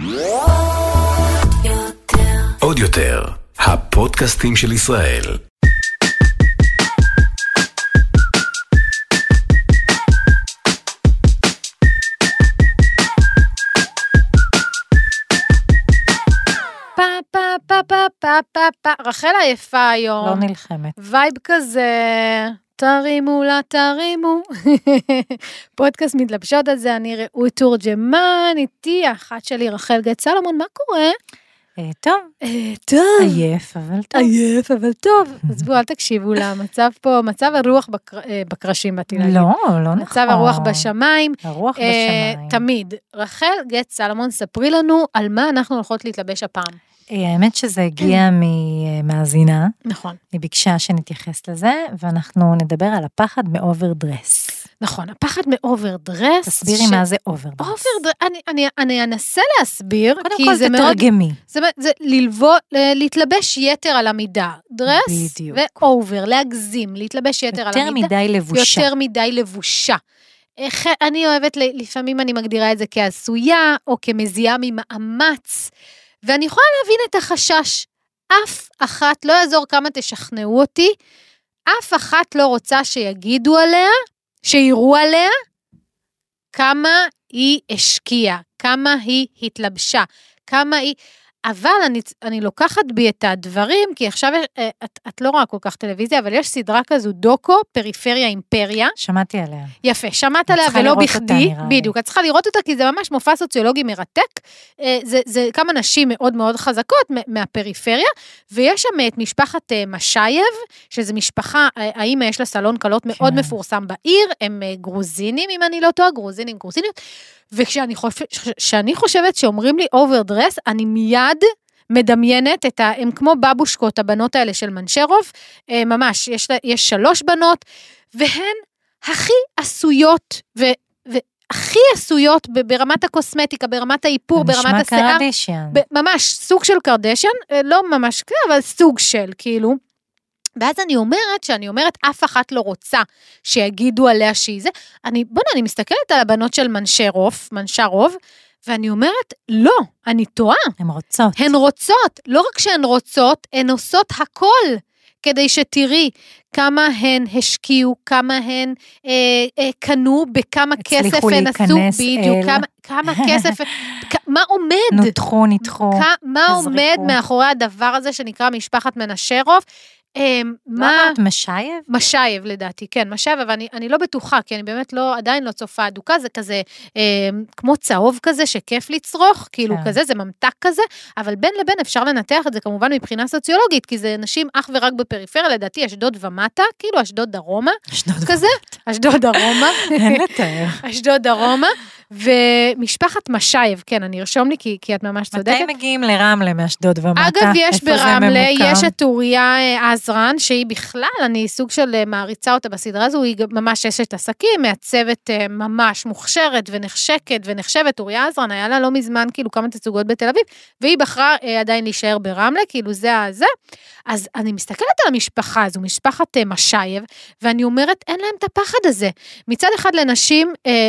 עוד יותר, הפודקאסטים של ישראל. רחל עייפה היום. לא נלחמת. וייב כזה, תרימו לה, תרימו. פודקאסט מתלבשות על זה, אני רעות תורג'מן, איתי האחת שלי רחל גת סלומון, מה קורה? טוב. טוב. עייף, אבל טוב. עייף, אבל טוב. אז בואו, אל תקשיבו לה, מצב פה, מצב הרוח בקרשים, באתי להגיד. לא נכון. מצב הרוח בשמיים. הרוח בשמיים. תמיד. רחל גת סלומון, ספרי לנו על מה אנחנו הולכות להתלבש הפעם. האמת שזה הגיע ממאזינה. נכון. היא ביקשה שנתייחס לזה, ואנחנו נדבר על הפחד מאוברדרס. נכון, הפחד מאוברדרס. תסבירי מה זה אוברדרס. אני אנסה להסביר, קודם כל תתרגמי. זה להתלבש יתר על המידה. דרס ואובר, להגזים, להתלבש יתר על המידה. יותר מדי לבושה. יותר מדי לבושה. אני אוהבת, לפעמים אני מגדירה את זה כעשויה, או כמזיעה ממאמץ, ואני יכולה להבין את החשש. אף אחת, לא יעזור כמה תשכנעו אותי, אף אחת לא רוצה שיגידו עליה, שיראו עליה, כמה היא השקיעה, כמה היא התלבשה, כמה היא... אבל אני לוקחת בי את הדברים, כי עכשיו את לא רואה כל כך טלוויזיה, אבל יש סדרה כזו, דוקו, פריפריה אימפריה. שמעתי עליה. יפה, שמעת עליה ולא בכדי. בדיוק, את צריכה לראות אותה, כי זה ממש מופע סוציולוגי מרתק. זה כמה נשים מאוד מאוד חזקות מהפריפריה, ויש שם את משפחת משייב, שזה משפחה, האמא יש לה סלון קלות מאוד מפורסם בעיר, הם גרוזינים, אם אני לא טועה, גרוזיניות, וכשאני חושבת שאומרים לי אוברדרס, אני מיד מדמיינת הם כמו בבושקות, הבנות האלה של מנשרוב, ממש, יש 3 בנות, והן הכי עשויות, והכי עשויות ברמת הקוסמטיקה, ברמת האיפור, ברמת השיער. נשמע קרדשן. ממש, סוג של קרדשן, לא ממש כזה, אבל סוג של, כאילו. ואז אני אומרת, אף אחת לא רוצה שיגידו עליה שהיא זה. אני מסתכלת על הבנות של מנשרוב, ואני אומרת, לא, אני טועה. הן רוצות, לא רק שהן רוצות, הן עושות הכל, כדי שתראי כמה הן השקיעו, כמה הן קנו, בכמה כסף הן עשו, בדיוק, כמה כסף, מה עומד? נתחו. מה עומד מאחורי הדבר הזה שנקרא משפחת מנשרוב? מה את משייב? משייב לדעתי, כן, משייב, אבל אני לא בטוחה, כי אני באמת עדיין לא צופה אדוקה, זה כזה כמו צהוב כזה, שכיף לצרוך, כאילו כזה, זה ממתק כזה, אבל בין לבין אפשר לנתח את זה כמובן מבחינה סוציולוגית, כי זה נשים אך ורק בפריפריה, לדעתי אשדוד ומטה, כאילו אשדוד דרומה, כזה, אשדוד דרומה, אין לתאר. אשדוד דרומה, ומשפחת משייב, כן, אני ארשום לי, כי את ממש צודקת. מתי מגיעים לרמלה מאשדוד ומטה? אגב, יש ברמלה, יש את אוריה עזרן, שהיא בכלל, אני סוג של מעריצה אותה בסדרה הזו, היא ממש אשת עסקים, מעצבת ממש מוכשרת ונחשקת ונחשבת, אוריה עזרן, היה לה לא מזמן כאילו כמה תצוגות בתל אביב, והיא בחרה עדיין להישאר ברמלה, כאילו זה. אז אני מסתכלת על המשפחה הזו, משפחת משייב, ואני אומרת, אין להם את הפחד הזה. מצד אחד לנשים,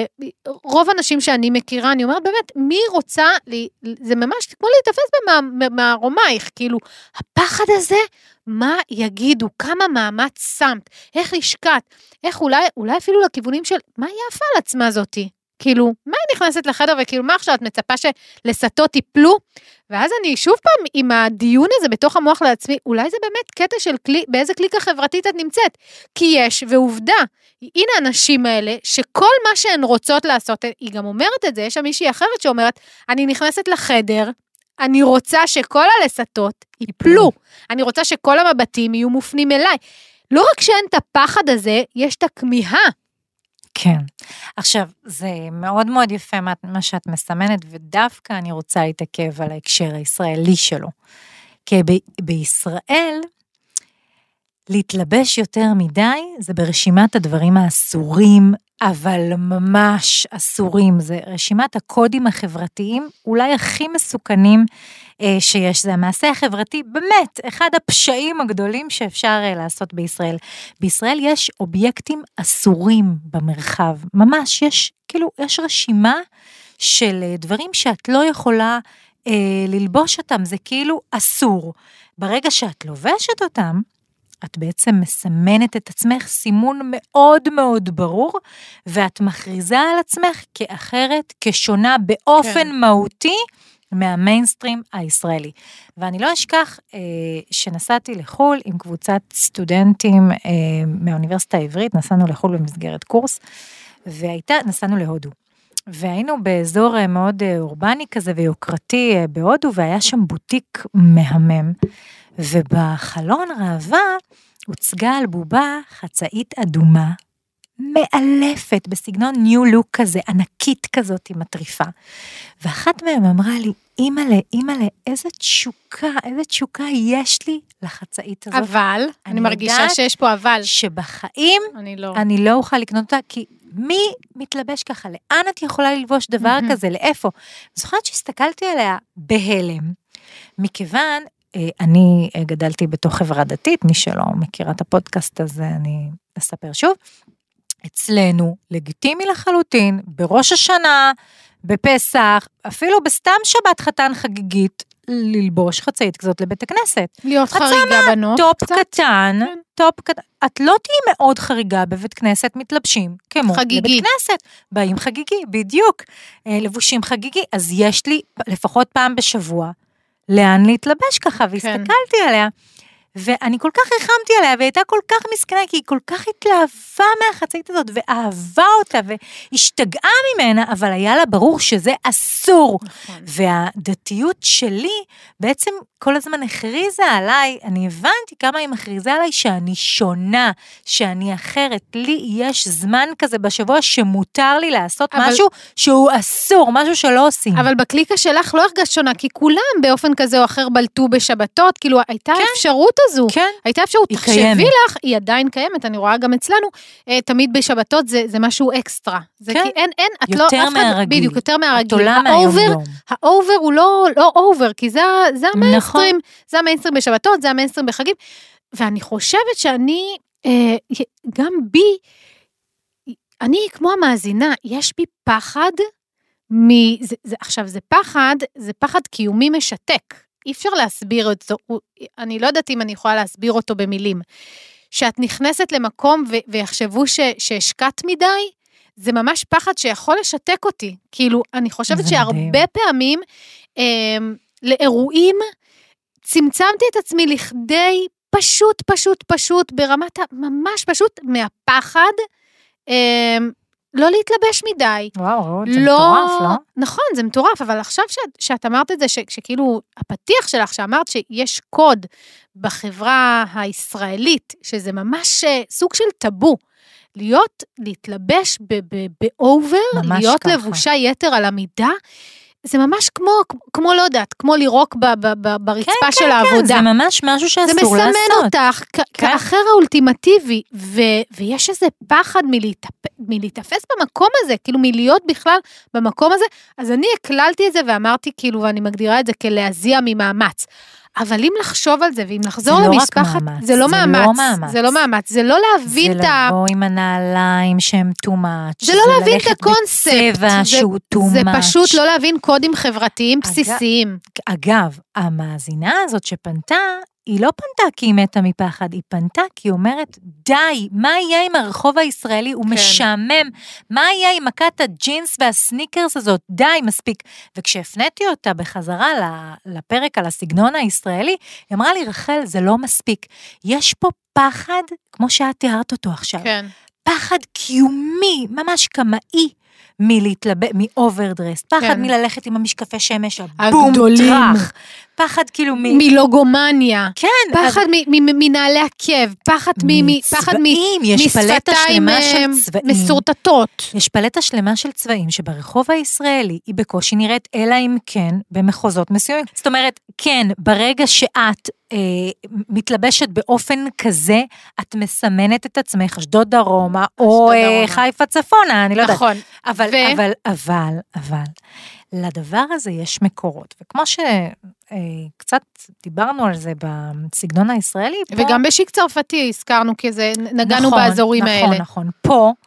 רוב הנשים שאני מכירה, אני אומרת באמת, מי רוצה, זה ממש כמו להתאפס במערומייך, כאילו, הפחד הזה, מה יגידו, כמה מאמץ שמת, איך השקעת, איך אולי אפילו לכיוונים של, מה היא יפה על עצמה זאתי? כאילו, מה היא נכנסת לחדר, וכאילו, מה עכשיו את מצפה שלסתות ייפלו? ואז אני שוב פעם עם הדיון הזה בתוך המוח לעצמי, אולי זה באמת קטע של באיזה קליקה חברתית את נמצאת, כי יש, ועובדה, הנה הנשים האלה, שכל מה שהן רוצות לעשות, היא גם אומרת את זה, יש שם מישהי אחרת שאומרת, אני נכנסת לחדר, אני רוצה שכל הלסתות ייפלו, אני רוצה שכל המבטים יהיו מופנים אליי, לא רק שאין את הפחד הזה, יש את הכמיהה, כן. עכשיו, זה מאוד מאוד יפה מה שאת מסמנת, ודווקא אני רוצה להתעכב על ההקשר הישראלי שלו. כי בישראל, להתלבש יותר מדי, זה ברשימת הדברים האסורים, אבל ממש אסורים. זה רשימת הקודים החברתיים, אולי הכי מסוכנים שיש. זה המעשה החברתי, באמת, אחד הפשעים הגדולים שאפשר לעשות בישראל. בישראל יש אובייקטים אסורים במרחב, ממש יש, כאילו, יש רשימה של דברים שאת לא יכולה ללבוש אותם, זה כאילו אסור. ברגע שאת לובשת אותם, את בעצם מסמנת את עצמך סימון מאוד מאוד ברור, ואת מכריזה על עצמך כאחרת, כשונה באופן מהותי, מהמיינסטרים הישראלי. ואני לא אשכח שנסעתי לחול עם קבוצת סטודנטים מהאוניברסיטה העברית, נסענו לחול במסגרת קורס, נסענו להודו. והיינו באזור מאוד אורבני כזה ויוקרתי בהודו, והיה שם בוטיק מהמם, ובחלון ראווה הוצגה על בובה חצאית אדומה, מאלפת, בסגנון ניו לוק כזה, ענקית כזאת עם מטריפה. ואחת מהם אמרה לי, אימא'לה, איזה תשוקה יש לי לחצאית הזאת. אבל, אני מרגישה שיש פה אבל. שבחיים אני לא אוכל לקנות אותה, כי מי מתלבש ככה? לאן את יכולה ללבוש דבר כזה? לאיפה? זוכרת שהסתכלתי עליה בהלם, מכיוון, אני גדלתי בתוך חברה דתית, מי שלא מכירה את הפודקאסט הזה, אני אספר שוב, אצלנו, לגיטימי לחלוטין, בראש השנה, בפסח, אפילו בסתם שבת חתן חגיגית, ללבוש חצאית כזאת לבית הכנסת. להיות חריגה בנוף. טופ קטן, את לא תהיי מאוד חריגה בבית כנסת, מתלבשים כמו חגיגי. לבית כנסת, באים חגיגי, בדיוק, לבושים חגיגי, אז יש לי לפחות פעם בשבוע, לאן להתלבש ככה, והסתכלתי עליה, ואני כל כך רחמתי עליה, והייתה כל כך מסכנה, כי היא כל כך התלהבה מהחצאית הזאת, ואהבה אותה, והשתגעה ממנה, אבל היה לה ברור שזה אסור. נכון. והדתיות שלי, בעצם כל הזמן הכריזה עליי, אני הבנתי כמה היא מכריזה עליי, שאני שונה, שאני אחרת. לי יש זמן כזה בשבוע, שמותר לי לעשות משהו שהוא אסור, משהו שלא עושים. אבל בקליקה שלך לא הרגשת שונה, כי כולם באופן כזה או אחר בלטו בשבתות, כאילו הייתה אפשרות הזו, הייתה אפשרות, תחשבי לך, היא עדיין קיימת, אני רואה גם אצלנו, תמיד בשבתות זה משהו אקסטרה, זה כי אין, יותר מהרגיל, בדיוק, יותר מהרגיל, האובר הוא לא אובר, כי זה המיינסטרים, זה המיינסטרים בשבתות, זה המיינסטרים בחגים, ואני חושבת שאני, גם בי, אני כמו המאזינה, יש בי פחד, עכשיו זה פחד קיומי משתק, אי אפשר להסביר את זה, אני לא יודעת אם אני יכולה להסביר אותו במילים, שאת נכנסת למקום ויחשבו שהשקעת מדי, זה ממש פחד שיכול לשתק אותי, כאילו אני חושבת שהרבה פעמים לאירועים צמצמתי את עצמי לכדי פשוט ברמת ממש פשוט מהפחד, לא להתלבש מדי. וואו, זה מטורף, לא? נכון, זה מטורף, אבל עכשיו שאת אמרת את זה, שכאילו הפתיח שלך, שאמרת שיש קוד בחברה הישראלית, שזה ממש סוג של טאבו, להתלבש באובר, להיות ככה. לבושה יתר על המידה, זה ממש כמו לא יודעת, כמו לירוק ברצפה של העבודה. כן, זה ממש משהו שאסור לעשות. זה מסמן אותך כאחר האולטימטיבי, ויש איזה פחד מלהתאפס במקום הזה, כאילו מלהיות בכלל במקום הזה, אז אני הקללתי את זה ואמרתי כאילו, ואני מגדירה את זה כלהזיע ממאמץ. אבל אם לחשוב על זה, ואם לחזור למשפחת, זה לא מאמץ, זה לא להבין את זה לבוא עם הנעליים שהם too much, זה לא להבין את הקונספט, בצבע שהוא too much. זה פשוט לא להבין קודים חברתיים בסיסיים. אגב, המאזינה הזאת שפנתה, היא לא פנתה כי היא מתה מפחד, היא פנתה כי היא אומרת, די, מה יהיה עם הרחוב הישראלי? הוא משעמם, מה יהיה עם מכת הג'ינס והסניקרס הזאת? די, מספיק. וכשהפניתי אותה בחזרה לפרק על הסגנון הישראלי, היא אמרה לי, רחל, זה לא מספיק. יש פה פחד, כמו שאת תיארת אותו עכשיו, פחד קיומי, ממש קמאי, מאוברדרס, פחד מללכת עם המשקפי שמש הגדולים, פחד כאילו מלוגומניה, פחד מנעלי עקב, פחד משפתיים מסורטטות. יש פלטה שלמה של צבעים שברחוב הישראלי היא בקושי נראית, אלא אם כן במחוזות מסוימים. זאת אומרת, כן, ברגע שאת מתלבשת באופן כזה, את מסמנת את עצמך, אשדוד דרומה, או חיפה צפונה, אני לא יודעת. נכון. אבל, לדבר הזה יש מקורות, וכמו שקצת דיברנו על זה בסגנון הישראלי, וגם בשיק צרפתי הזכרנו כזה, נגענו באזורים האלה. נכון, פה,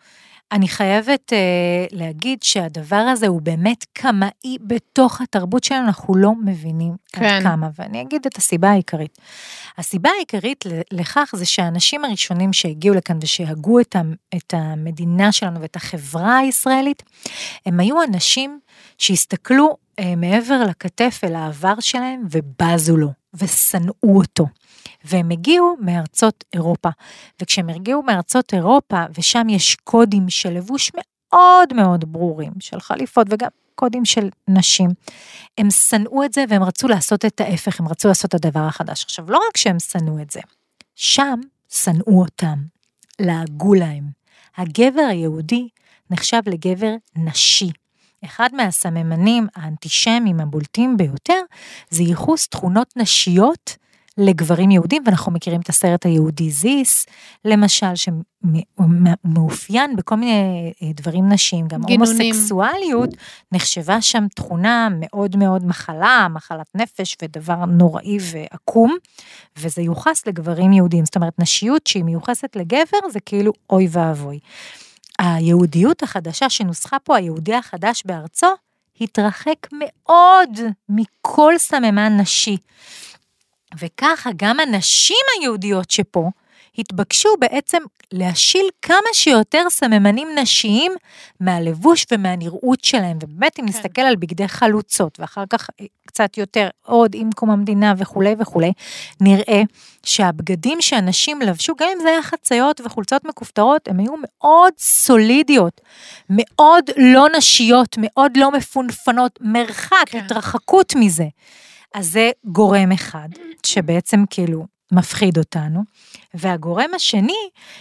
אני חייבת להגיד שהדבר הזה הוא באמת קמאי בתוך התרבות שלנו, אנחנו לא מבינים עד כמה, ואני אגיד את הסיבה העיקרית. הסיבה העיקרית לכך זה שהאנשים הראשונים שהגיעו לכאן ושהגו את המדינה שלנו ואת החברה הישראלית, הם היו אנשים שהסתכלו מעבר לכתף אל העבר שלהם ובזו לו ושנאו אותו. והם הגיעו מארצות אירופה, וכשהם הגיעו מארצות אירופה, ושם יש קודים של לבוש מאוד מאוד ברורים, של חליפות וגם קודים של נשים, הם שנאו את זה והם רצו לעשות את ההפך, הם רצו לעשות את הדבר החדש. עכשיו, לא רק שהם שנאו את זה, שם שנאו אותם, לעגו להם. הגבר היהודי נחשב לגבר נשי. אחד מהסממנים האנטישמיים הבולטים ביותר, זה ייחוס תכונות נשיות לגברים יהודים, ואנחנו מכירים את הסרט היהודי זיס, למשל, שמאופיין בכל מיני דברים נשיים, גם הומוסקסואליות, נחשבה שם תכונה מאוד מאוד מחלת נפש, ודבר נוראי ועקום, וזה יוחס לגברים יהודים, זאת אומרת, נשיות שהיא מיוחסת לגבר, זה כאילו אוי ואבוי. היהודיות החדשה שנוסחה פה, היהודי החדש בארצו, התרחק מאוד מכל סממן נשי. וככה גם הנשים היהודיות שפה, התבקשו בעצם להשיל כמה שיותר סממנים נשיים מהלבוש ומהנראות שלהם, ובאמת אם נסתכל על בגדי חלוצות, ואחר כך קצת יותר עוד עם קום המדינה וכו' וכו', נראה שהבגדים שאנשים לבשו, גם אם זה היה חציות וחולצות מכופתרות, הם היו מאוד סולידיות, מאוד לא נשיות, מאוד לא מפונפנות, מרחק, התרחקות מזה. אז זה גורם אחד, שבעצם כאילו מפחיד אותנו, והגורם השני,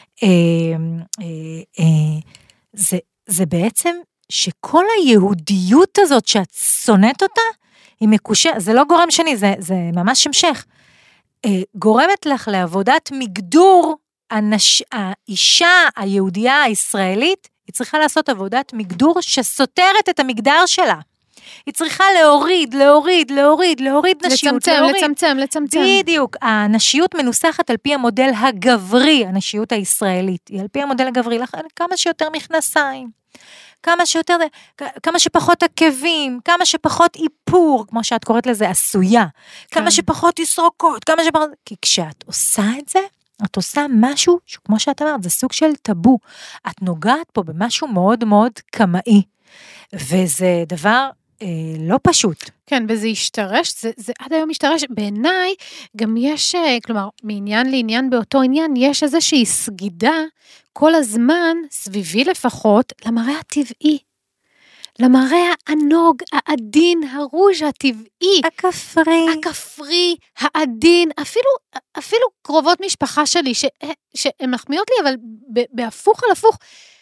זה בעצם שכל היהודיות הזאת שאת שונאת אותה, היא מקושרת, זה לא גורם שני, זה ממש המשך, גורמת לך לעבודת מגדור, האישה היהודייה הישראלית, היא צריכה לעשות עבודת מגדור שסותרת את המגדר שלה. היא צריכה להוריד נשיות. לצמצם. בדיוק, הנשיות מנוסחת על פי המודל הגברי, הנשיות הישראלית, היא על פי המודל הגברי, כמה שיותר מכנסיים, כמה שפחות עקבים, כמה שפחות איפור, כמו שאת קוראת לזה, עשויה, כמה שפחות יסרוקות, כי כשאת עושה את זה, את עושה משהו, כמו שאת אמרת, זה סוג של טאבו, את נוגעת פה במשהו מאוד מאוד קמאי, וזה דבר לא פשוט. כן, וזה השתרש, זה עד היום השתרש, בעיניי גם יש, כלומר, מעניין לעניין באותו עניין, יש איזושהי סגידה כל הזמן, סביבי לפחות, למראה הטבעי. למראה הענוג, העדין, הרוז' הטבעי. הכפרי, העדין, אפילו קרובות משפחה שלי, שהן מחמיאות לי, אבל בהפוך על הפוך,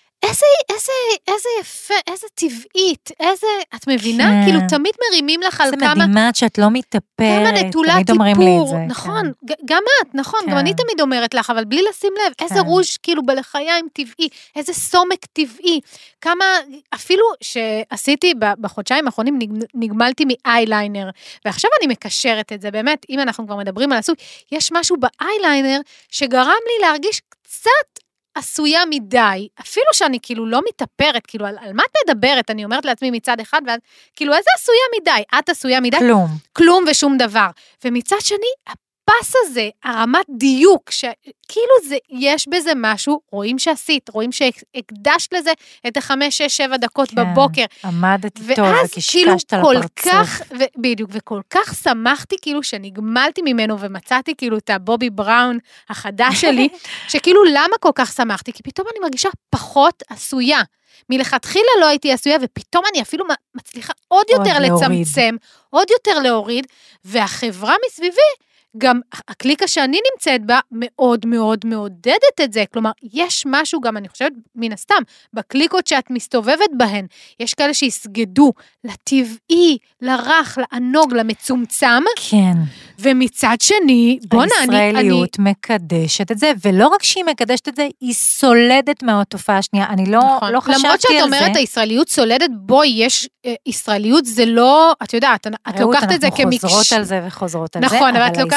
איזה יפה, איזה טבעית, את מבינה? כאילו תמיד מרימים לך על כמה... זה מדהימה שאת לא מתאפרת, כמה נטולת טיפור, נכון, גם את, נכון, גם אני תמיד אומרת לך, אבל בלי לשים לב, איזה רוז' כאילו בלחיים טבעי, איזה סומק טבעי, כמה, אפילו שעשיתי בחודשיים האחרונים, נגמלתי מאייליינר, ועכשיו אני מקשרת את זה, באמת, אם אנחנו כבר מדברים על הסוג, יש משהו באייליינר שגרם לי להרגיש קצת עשויה מדי, אפילו שאני כאילו לא מתאפרת, כאילו על מה את מדברת, אני אומרת לעצמי מצד אחד, ואז כאילו איזה עשויה מדי, את עשויה מדי, כלום ושום דבר, ומצד שני, הפס הזה, הרמת דיוק, שכאילו יש בזה משהו, רואים שעשית, רואים שהקדשת לזה את 5, 6, 7 דקות בבוקר. עמדת טוב וקשקשת על הפרצוף. בדיוק, וכל כך שמחתי כאילו שנגמלתי ממנו ומצאתי כאילו את הבובי בראון החדש שלי, שכאילו למה כל כך שמחתי? כי פתאום אני מרגישה פחות עשויה. מלכתחילה לא הייתי עשויה, ופתאום אני אפילו מצליחה עוד יותר לצמצם, עוד יותר להוריד, והחברה מסביבי, גם הקליקה שאני נמצאת בה מאוד מאוד מעודדת את זה, כלומר, יש משהו גם, אני חושבת, מן הסתם, בקליקות שאת מסתובבת בהן, יש כאלה שיסגדו לטבעי, לרך, לענוג, למצומצם, כן. ומצד שני, בונה, הישראליות מקדשת את זה, ולא רק שהיא מקדשת את זה, היא סולדת מהתופעה השנייה, אני לא חשבתי על זה. למרות שאת אומרת, הישראליות סולדת, בואי, יש ישראליות, זה לא, את יודעת, את לוקחת את זה אנחנו חוזרות על זה וחוזרות על זה, נכון, אבל את לוקחת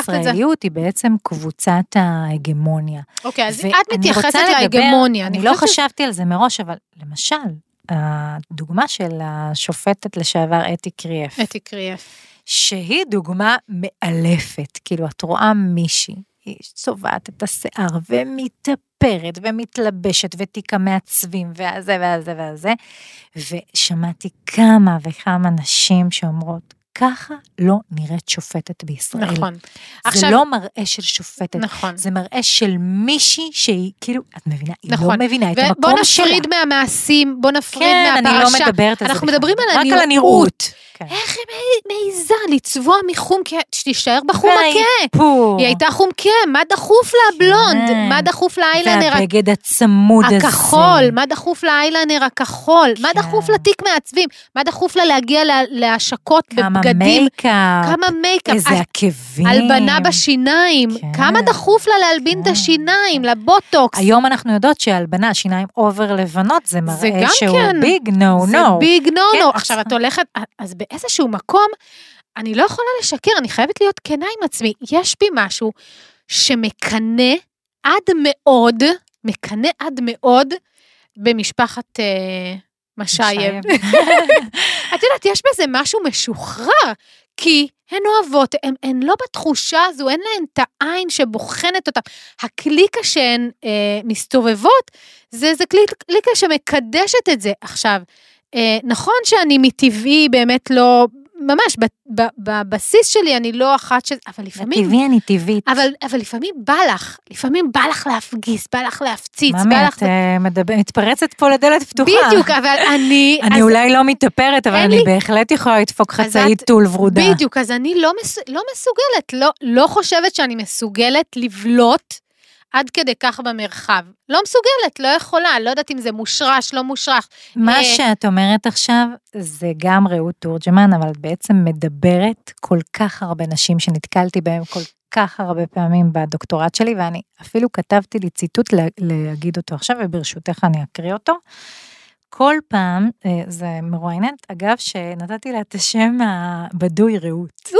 הישראליות היא בעצם קבוצת ההגמוניה. אוקיי, אז את מתייחסת להגמוניה. אני לא חשבתי על זה מראש, אבל למשל, הדוגמה של השופטת לשעבר אתי קריאף. אתי קריאף. שהיא דוגמה מאלפת, כאילו את רואה מישהי, היא צובעת את השיער ומתאפרת ומתלבשת ותיקה מעצבים וזה, ושמעתי כמה וכמה נשים שאומרות, ככה לא נראית שופטת בישראל. נכון. זה עכשיו, לא מראה של שופטת, נכון. זה מראה של מישהי שהיא, כאילו, את מבינה, נכון. היא לא מבינה את המקום שלה. בוא נפריד מהמעשים, בוא נפריד כן, מהפרשה. אני לא מדברת על זה. אנחנו מדברים רק על הנראות. כן. איך היא מעיזה לצבוע מחום, שתישאר בחום הכה. היא הייתה חום כה, מה דחוף לה הבלונד? מה דחוף לאיילנר? והבגד הצמוד הזה. הכחול, מה דחוף לאיילנר הכחול? מה דחוף לתיק מעצבים? מה דחוף לה להגיע להשקות בבגדים? כמה מייקאפ. איזה עקבים. הלבנה בשיניים. כמה דחוף לה להלבין את השיניים, לבוטוקס. היום אנחנו יודעות שהלבנה, שיניים אובר לבנות, זה מראה שהוא ביג נו. זה ביג נו. עכשיו את הולכת, אז באיזשהו מקום, אני לא יכולה לשקר, אני חייבת להיות כנה עם עצמי. יש בי משהו שמקנה עד מאוד במשפחת משייב. את יודעת, יש בזה משהו משוחרר, כי הן אוהבות, הן לא בתחושה הזו, אין להן את העין שבוחנת אותה. הקליקה שהן מסתובבות, זה קליקה שמקדשת את זה. עכשיו, נכון שאני מטבעי באמת לא, ממש בבסיס שלי אני לא אחת אבל לפעמים, בטבעי אני טבעית. אבל לפעמים בא לך להפגיס, בא לך להפציץ, ממי, את מתפרצת פה לדלת פתוחה. בדיוק, אבל אני אולי לא מתאפרת, אבל אני בהחלט יכולה לדפוק חצאית טול ורודה. בדיוק, אז אני לא מסוגלת, לא חושבת שאני מסוגלת לבלוט, עד כדי כך במרחב. לא מסוגלת, לא יכולה, לא יודעת אם זה מושרש, לא מושרש. מה שאת אומרת עכשיו, זה גם רעות תורג'מן, אבל את בעצם מדברת כל כך הרבה נשים שנתקלתי בהם כל כך הרבה פעמים בדוקטורט שלי, ואני אפילו כתבתי לי ציטוט להגיד אותו עכשיו, וברשותך אני אקריא אותו. כל פעם, זה מרואיינת, אגב, שנתתי לה את השם הבדוי רעות.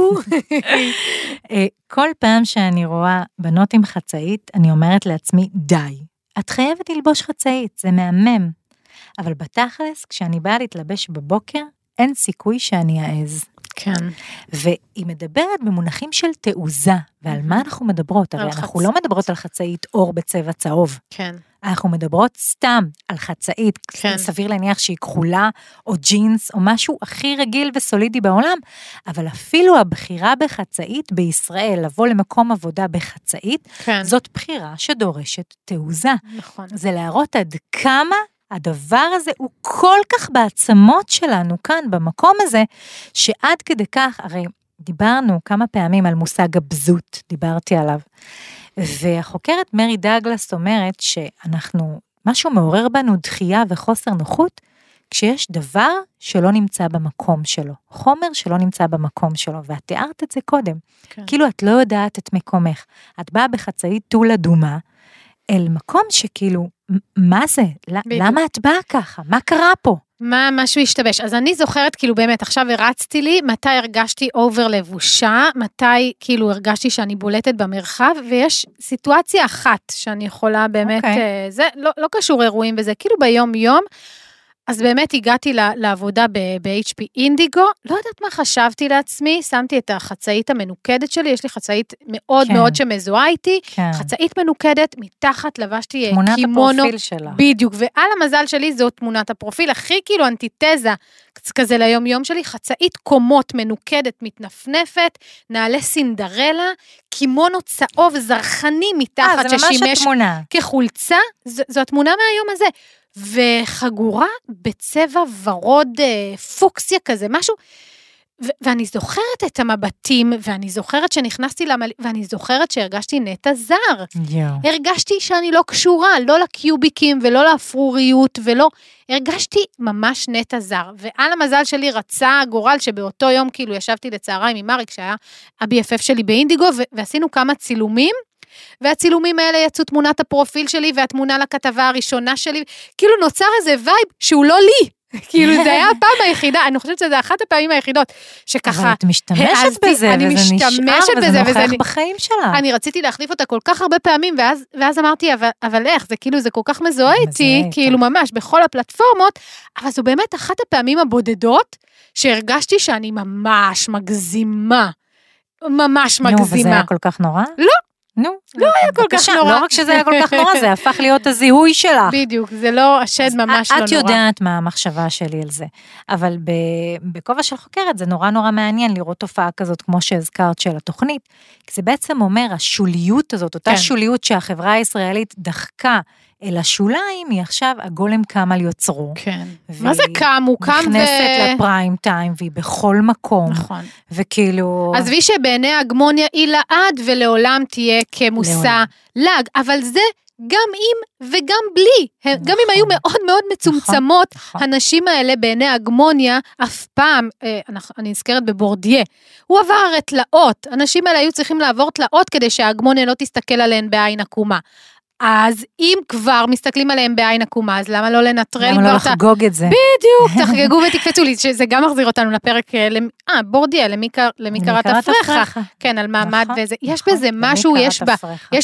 כל פעם שאני רואה בנות עם חצאית, אני אומרת לעצמי, די, את חייבת ללבוש חצאית, זה מהמם. אבל בתכלס, כשאני באה להתלבש בבוקר, אין סיכוי שאני אעז. כן. והיא מדברת במונחים של תעוזה, ועל מה אנחנו מדברות? הרי אנחנו לא מדברות על חצאית אור בצבע צהוב. כן. אנחנו מדברות סתם על חצאית, כן. סביר להניח שהיא כחולה, או ג'ינס, או משהו הכי רגיל וסולידי בעולם, אבל אפילו הבחירה בחצאית בישראל, לבוא למקום עבודה בחצאית, כן. זאת בחירה שדורשת תעוזה. נכון. זה להראות עד כמה הדבר הזה הוא כל כך בעצמות שלנו כאן, במקום הזה, שעד כדי כך, הרי דיברנו כמה פעמים על מושג הבזות, דיברתי עליו, והחוקרת מרי דאגלס אומרת שאנחנו, משהו מעורר בנו דחייה וחוסר נוחות, כשיש דבר שלא נמצא במקום שלו, חומר שלא נמצא במקום שלו, ואת תיארת את זה קודם, כן. כאילו את לא יודעת את מקומך, את באה בחצאית טול אדומה, אל מקום שכאילו, מה זה? למה את באה ככה? מה קרה פה? משהו השתבש. אז אני זוכרת, כאילו באמת, עכשיו הרצתי לי, מתי הרגשתי אובר לבושה, מתי כאילו הרגשתי שאני בולטת במרחב, ויש סיטואציה אחת שאני יכולה באמת, זה לא קשור אירועים בזה, כאילו ביום יום, אז באמת הגעתי לעבודה ב-HP אינדיגו, לא יודעת מה חשבתי לעצמי, שמתי את החצאית המנוקדת שלי, יש לי חצאית מאוד כן. מאוד שמזוהה איתי, כן. חצאית מנוקדת, מתחת לבשתי תמונת קימונו, הפרופיל שלה. בדיוק, ועל המזל שלי זאת תמונת הפרופיל, הכי כאילו אנטיתזה כזה ליום יום שלי, חצאית קומות מנוקדת, מתנפנפת, נעלי סינדרלה, קימונו צהוב זרחני מתחת ששימש כחולצה, זו התמונה מהיום הזה, וחגורה בצבע ורוד פוקסיה כזה, משהו, ואני זוכרת את המבטים, ואני זוכרת שנכנסתי ואני זוכרת שהרגשתי נטע זר. הרגשתי שאני לא קשורה, לא לקיוביקים ולא לאפרוריות, הרגשתי ממש נטע זר. ועל המזל שלי רצה הגורל שבאותו יום כאילו ישבתי לצהריים עם אריק, שהיה ה-BFF שלי באינדיגו, ועשינו כמה צילומים, והצילומים האלה יצאו תמונת הפרופיל שלי, והתמונה לכתבה הראשונה שלי, כאילו נוצר איזה וייב שהוא לא לי. כאילו זה היה הפעם היחידה, אני חושבת שזה אחת הפעמים היחידות, שככה... אבל את משתמשת בזה, וזה נשאר, וזה נוכח בחיים שלה. אני רציתי להחליף אותה כל כך הרבה פעמים, ואז אמרתי, אבל איך, זה כאילו, זה כל כך מזוהה איתי, כאילו ממש, בכל הפלטפורמות, אבל זו באמת אחת הפעמים הבודדות, שהרגשתי שאני ממש מגזימה. ממש מגזימה. נו, וזה היה כל כך נורא? לא. נו, לא היה כל כך נורא. לא רק שזה היה כל כך נורא, זה הפך להיות הזיהוי שלך. בדיוק, זה לא, השד ממש לא נורא. את יודעת מה המחשבה שלי על זה, אבל בכובע של חוקרת זה נורא נורא מעניין לראות תופעה כזאת, כמו שהזכרת של התוכנית, כי זה בעצם אומר, השוליות הזאת, אותה שוליות שהחברה הישראלית דחקה אל השוליים, היא עכשיו הגולם קם על יוצרו. כן. מה זה קם? הוא קם נכנסת לפריים טיים, והיא בכל מקום. נכון. וכאילו... עזבי שבעיני הגמוניה היא לעד, ולעולם תהיה כמושא לג, אבל זה גם עם וגם בלי. גם אם היו מאוד מאוד מצומצמות, הנשים האלה בעיני הגמוניה, אף פעם, אני נזכרת בבורדיה, הוא עבר תלאות. הנשים האלה היו צריכים לעבור תלאות, כדי שהגמוניה לא תסתכל עליהן בעין עקומה. אז אם כבר מסתכלים עליהם בעין עקומה, אז למה לא לנטרל? למה לא לחגוג את זה? בדיוק, תחגגו ותקפצו לי, שזה גם מחזיר אותנו לפרק, בורדיה, למי קראת הפרחה. כן, על מעמד וזה. יש בזה משהו, יש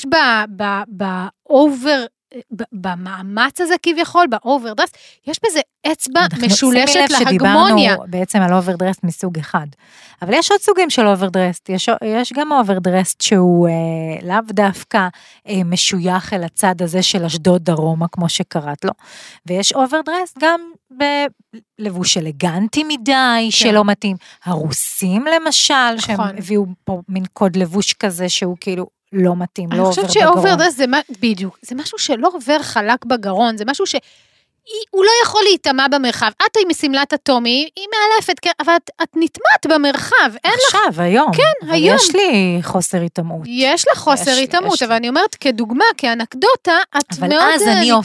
באובר, במאמץ הזה כביכול, באוברדרס, יש בזה אצבע משולשת להגמוניה. שדיברנו בעצם על אוברדרסט מסוג אחד. אבל יש עוד סוגים של אוברדרסט. יש גם אוברדרסט שהוא לאו דווקא משוייך אל הצד הזה של אשדוד דרומה, כמו שקראת לו. ויש אוברדרסט גם בלבוש אלגנטי מדי, שלא מתאים. הרוסים למשל, שהם הביאו פה מין קוד לבוש כזה שהוא כאילו לא מתאים, לא עובר בגרון. אני חושבת שאוברדרס זה בדיוק, זה משהו שלא עובר חלק בגרון, זה משהו שהוא לא יכול להתאמה במרחב. את עם סמלת אטומי, היא מאלפת, אבל את נטמעת במרחב, אין לך... עכשיו, היום. כן, היום. יש לי חוסר התאמות. יש לך חוסר התאמות, אבל אני אומרת, כדוגמה, כאנקדוטה, את מאוד נטמעת. אבל אז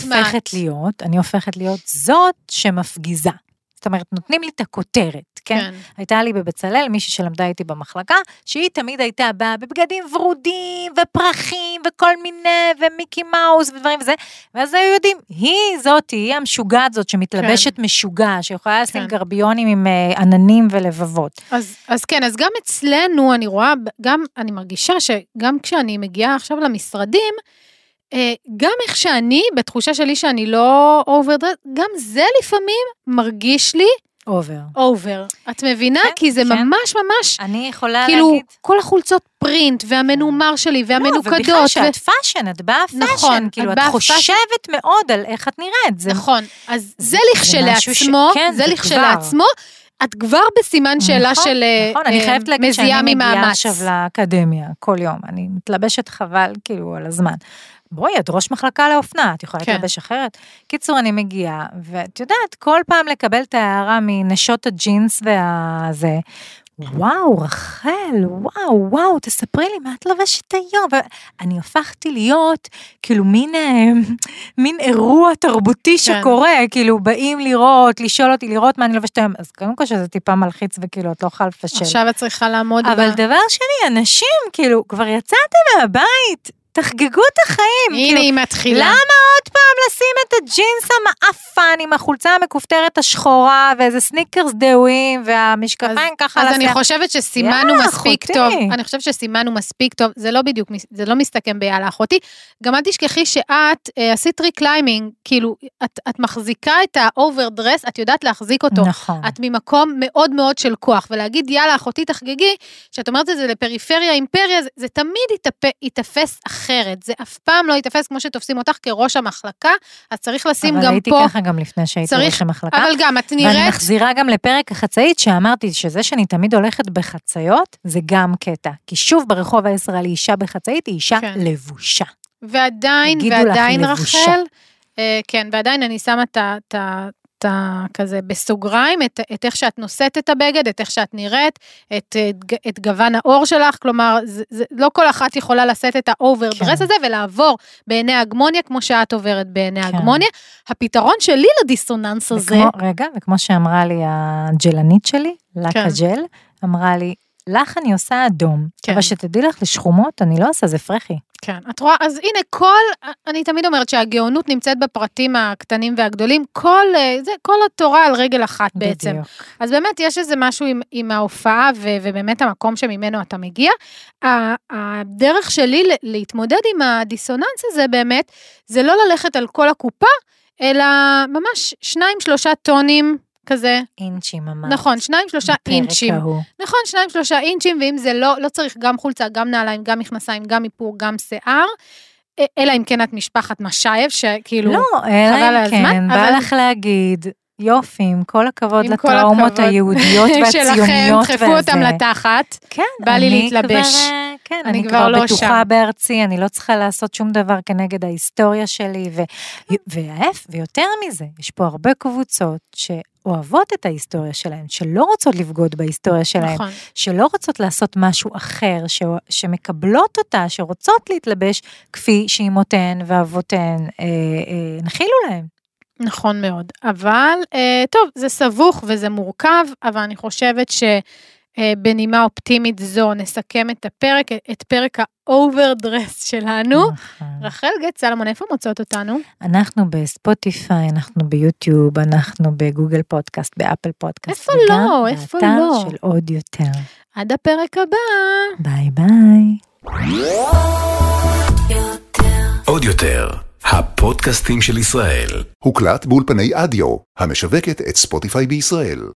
אני הופכת להיות זאת שמפגיזה. זאת אומרת, נותנים לי את הכותרת, כן? הייתה לי בבצלאל, מישהי שלמדה איתי במחלקה, שהיא תמיד הייתה באה בבגדים ורודים, ופרחים, וכל מיני, ומיקי מאוס, ודברים וזה, ואז היו יודעים, היא המשוגעת זאת, שמתלבשת משוגע, שיכולה לשים גרביונים עם עננים ולבבות. אז כן, אז גם אצלנו, אני רואה, אני מרגישה שגם כשאני מגיעה עכשיו למשרדים, גם איך שאני, בתחושה שלי שאני לא אוברדרס, גם זה לפעמים מרגיש לי אובר. את מבינה? כי זה ממש ממש, אני יכולה כאילו, להגיד, כל החולצות פרינט, והמנומר שלי, והמנוקדות. ובכלל שאת פאשן, את באה פאשן, כאילו, את חושבת מאוד על איך את נראית. נכון, אז זה לכשלעצמו, את כבר בסימן שאלה של מזיעה ממאמץ. נכון, אני חייבת להגיד שאני מגיעה עכשיו לאקדמיה, כל יום, אני מתלבשת חבל, כאילו, על הזמן. בואי, את ראש מחלקה לאופנה, את יכולה להתלבש אחרת. קיצור, אני מגיעה, ואת יודעת, כל פעם לקבל את ההערה מנשות הג'ינס והזה, וואו, רחל, וואו, תספרי לי מה את לובשת היום, ואני הפכתי להיות, כאילו, מין אירוע תרבותי שקורה, כאילו, באים לשאול אותי, לראות מה אני לובשת היום, אז קודם כל שזה טיפה מלחיץ, וכאילו, את לא יכולה לפשל. עכשיו את צריכה לעמוד אבל דבר שני, אנשים, כאילו, כבר יצאתם מהבית, תחגגו את החיים. הנה היא מתחילה. למה עוד פעם לשים את הג'ינס המאפן עם החולצה המכופתרת השחורה, ואיזה סניקרס דהויים, והמשקפיים ככה לסיים. אז אני חושבת שסימנו מספיק טוב. אני חושבת שסימנו מספיק טוב. זה לא בדיוק, זה לא מסתכם ביאללה אחותי. גם אל תשכחי שאת עשית ריקליימינג, כאילו, את מחזיקה את האוברדרס, את יודעת להחזיק אותו. נכון. את ממקום מאוד מאוד של כוח, ולהגיד יאללה אחותי תחגגי, שאת אומרת את זה לפריפריה, אימפריה, זה תמיד יתפס אחרת, זה אף פעם לא יתפס כמו שתופסים אותך כראש המחלקה, אז צריך לשים גם פה. אבל הייתי ככה גם לפני שהייתי ראש המחלקה. אבל גם, את נראית... ואני מחזירה גם לפרק החצאית, שאמרתי שזה שאני תמיד הולכת בחצאיות, זה גם קטע. כי שוב ברחוב הישראלי, אישה בחצאית היא אישה לבושה. ועדיין רחל, כן, ועדיין אני שמה את כזה בסוגריים, את איך שאת נושאת את הבגד, את איך שאת נראית, את גוון האור שלך, כלומר, לא כל אחת יכולה לשאת את האוברדרס הזה, ולעבור בעיני הגמוניה, כמו שאת עוברת בעיני הגמוניה. הפתרון שלי לדיסוננס הזה... רגע, וכמו שאמרה לי הג'לנית שלי, לקה ג'ל, אמרה לי, לך אני עושה אדום, כן. אבל שתדעי לך לשחומות, אני לא עושה, זה פרחי. כן, את רואה, אז הנה אני תמיד אומרת שהגאונות נמצאת בפרטים הקטנים והגדולים, כל התורה על רגל אחת בעצם. בדיוק. אז באמת יש איזה משהו עם ההופעה, ובאמת המקום שממנו אתה מגיע. הדרך שלי להתמודד עם הדיסוננס הזה באמת, זה לא ללכת על כל הקופה, אלא ממש 2-3 טונים כזה. אינצ'ים ממש. נכון, 2-3 אינצ'ים. ההוא. נכון, 2-3 אינצ'ים, ואם זה לא צריך גם חולצה, גם נעליים, גם מכנסיים, גם איפור, גם שיער, אלא אם כן את משפחת משייב, שכאילו לא, אלא אם כן, בא לך להגיד, יופי, עם כל הכבוד לטראומות היהודיות והציוניות. שלכם, דחפו אותם לתחת, כן, בא לי להתלבש. כן, אני כבר לא בטוחה בארצי, אני לא צריכה לעשות שום דבר כנגד ההיסטוריה שלי, ויותר מזה, יש פה הרבה קבוצות שאוהבות את ההיסטוריה שלהן, שלא רוצות לבגוד בהיסטוריה שלהן, שלא רוצות לעשות משהו אחר, שמקבלות אותה, שרוצות להתלבש כפי שאימותיהן ואבותיהן נחילו להן. נכון מאוד, אבל טוב, זה סבוך וזה מורכב, אבל אני חושבת שבנימה אופטימית זו נסכם את הפרק, את פרק האוברדרס שלנו. רחל גט סלומון, איפה מוצאות אותנו? אנחנו בספוטיפיי, אנחנו ביוטיוב, אנחנו בגוגל פודקאסט, באפל פודקאסט. איפה לא? איפה לא? וגם באתר של עוד יותר. עד הפרק הבא. ביי ביי. עוד יותר. הפודקאסטים של ישראל. הוקלט באולפני אדיו, המשווקת את ספוטיפיי בישראל.